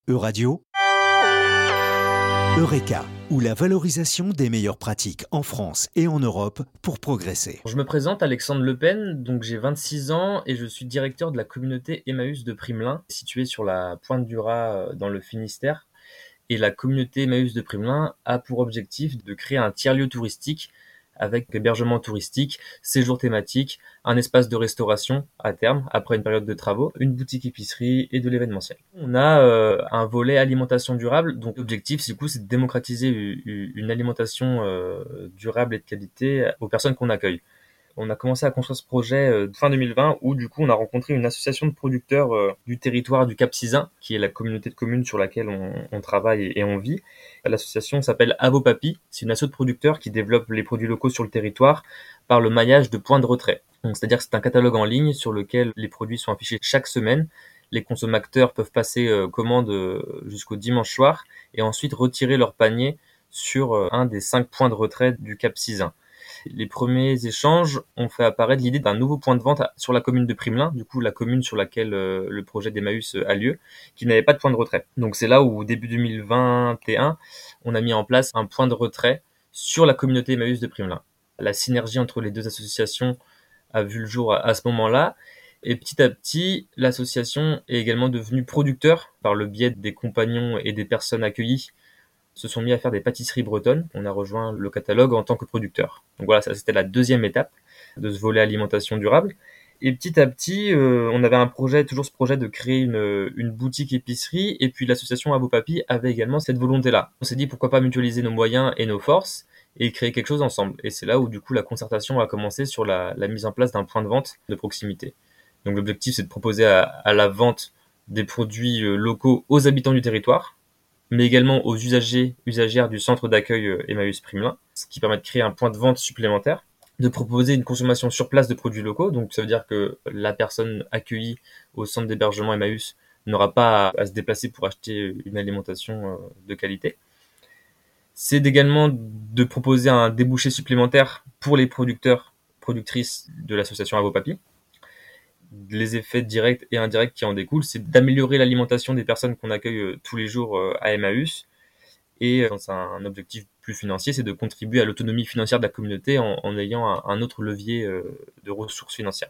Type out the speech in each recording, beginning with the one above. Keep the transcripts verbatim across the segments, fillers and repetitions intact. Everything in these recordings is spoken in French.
Euradio, Eureka, ou la valorisation des meilleures pratiques en France et en Europe pour progresser. Je me présente, Alexandre Le Pen, donc j'ai vingt-six ans et je suis directeur de la communauté Emmaüs de Primelin, située sur la pointe du Raz dans le Finistère. Et la communauté Emmaüs de Primelin a pour objectif de créer un tiers-lieu touristique avec hébergement touristique, séjour thématique, un espace de restauration à terme, après une période de travaux, une boutique épicerie et de l'événementiel. On a euh, un volet alimentation durable, donc l'objectif du coup c'est de démocratiser une alimentation euh, durable et de qualité aux personnes qu'on accueille. On a commencé à construire ce projet euh, fin deux mille vingt où du coup on a rencontré une association de producteurs euh, du territoire du Cap Sizun, qui est la communauté de communes sur laquelle on, on travaille et, et on vit. L'association s'appelle Avopapi, c'est une asso de producteurs qui développe les produits locaux sur le territoire par le maillage de points de retrait. Donc, c'est-à-dire que c'est un catalogue en ligne sur lequel les produits sont affichés chaque semaine. Les consommateurs peuvent passer euh, commande euh, jusqu'au dimanche soir et ensuite retirer leur panier sur euh, un des cinq points de retrait du Cap Sizun. Les premiers échanges ont fait apparaître l'idée d'un nouveau point de vente sur la commune de Primelin, du coup la commune sur laquelle euh, le projet d'Emmaüs a lieu, qui n'avait pas de point de retrait. Donc c'est là où, au début deux mille vingt et un, on a mis en place un point de retrait sur la communauté Emmaüs de Primelin. La synergie entre les deux associations a vu le jour à, à ce moment-là. Et petit à petit, l'association est également devenue producteur par le biais des compagnons et des personnes accueillies se sont mis à faire des pâtisseries bretonnes. On a rejoint le catalogue en tant que producteur. Donc voilà, ça c'était la deuxième étape de ce volet alimentation durable. Et petit à petit, euh, on avait un projet, toujours ce projet de créer une, une boutique épicerie. Et puis l'association Avopapi avait également cette volonté-là. On s'est dit pourquoi pas mutualiser nos moyens et nos forces et créer quelque chose ensemble. Et c'est là où du coup la concertation a commencé sur la, la mise en place d'un point de vente de proximité. Donc l'objectif c'est de proposer à, à la vente des produits locaux aux habitants du territoire, mais également aux usagers, usagères du centre d'accueil Emmaüs Primelin, ce qui permet de créer un point de vente supplémentaire, de proposer une consommation sur place de produits locaux. Donc ça veut dire que la personne accueillie au centre d'hébergement Emmaüs n'aura pas à, à se déplacer pour acheter une alimentation de qualité. C'est également de proposer un débouché supplémentaire pour les producteurs, productrices de l'association Avopapi. Les effets directs et indirects qui en découlent, c'est d'améliorer l'alimentation des personnes qu'on accueille tous les jours à Emmaüs. Et dans un objectif plus financier, c'est de contribuer à l'autonomie financière de la communauté en, en ayant un, un autre levier de ressources financières.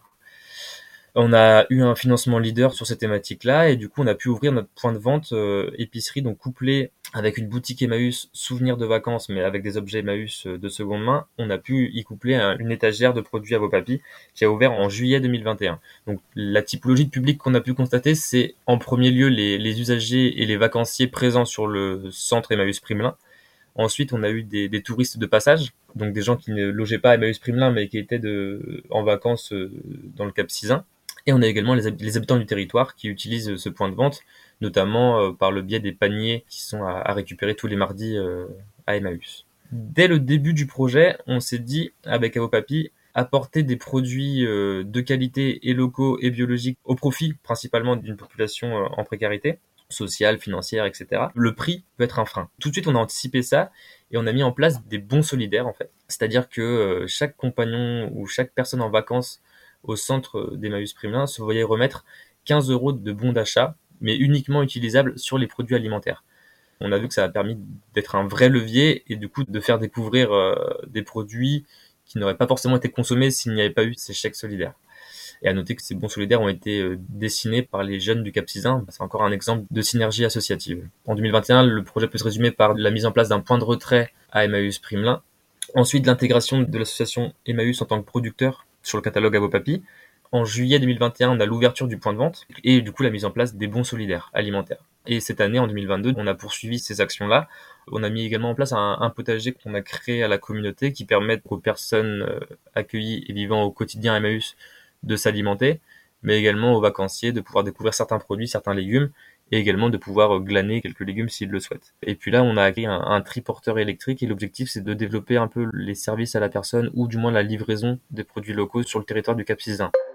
On a eu un financement leader sur cette thématique-là et du coup, on a pu ouvrir notre point de vente euh, épicerie, donc couplé avec une boutique Emmaüs souvenir de vacances, mais avec des objets Emmaüs de seconde main. On a pu y coupler un, une étagère de produits Avopapi qui a ouvert en juillet deux mille vingt et un. Donc, la typologie de public qu'on a pu constater, c'est en premier lieu les, les usagers et les vacanciers présents sur le centre Emmaüs Primelin. Ensuite, on a eu des, des touristes de passage, donc des gens qui ne logeaient pas à Emmaüs Primelin, mais qui étaient de, en vacances dans le Cap Sizun. Et on a également les, les habitants du territoire qui utilisent ce point de vente, notamment euh, par le biais des paniers qui sont à, à récupérer tous les mardis euh, à Emmaüs. Dès le début du projet, on s'est dit, avec Avopapi, apporter des produits euh, de qualité et locaux et biologiques au profit principalement d'une population euh, en précarité sociale, financière, et cetera. Le prix peut être un frein. Tout de suite, on a anticipé ça et on a mis en place des bons solidaires en fait. C'est-à-dire que euh, chaque compagnon ou chaque personne en vacances au centre d'Emmaüs Primelin se voyait remettre quinze euros de bons d'achat, mais uniquement utilisables sur les produits alimentaires. On a vu que ça a permis d'être un vrai levier et du coup de faire découvrir euh, des produits qui n'auraient pas forcément été consommés s'il n'y avait pas eu ces chèques solidaires. Et à noter que ces bons solidaires ont été euh, dessinés par les jeunes du Cap Sizun. C'est encore un exemple de synergie associative. En deux mille vingt et un, le projet peut se résumer par la mise en place d'un point de retrait à Emmaüs Primelin. Ensuite, l'intégration de l'association Emmaüs en tant que producteur sur le catalogue Avopapi. En juillet deux mille vingt et un, on a l'ouverture du point de vente et du coup la mise en place des bons solidaires alimentaires. Et cette année, en deux mille vingt-deux, on a poursuivi ces actions-là. On a mis également en place un, un potager qu'on a créé à la communauté qui permet aux personnes accueillies et vivant au quotidien à Emmaüs de s'alimenter, mais également aux vacanciers de pouvoir découvrir certains produits, certains légumes, et également de pouvoir glaner quelques légumes s'ils le souhaitent. Et puis là, on a acquis un, un triporteur électrique et l'objectif, c'est de développer un peu les services à la personne ou du moins la livraison des produits locaux sur le territoire du Cap Sizun.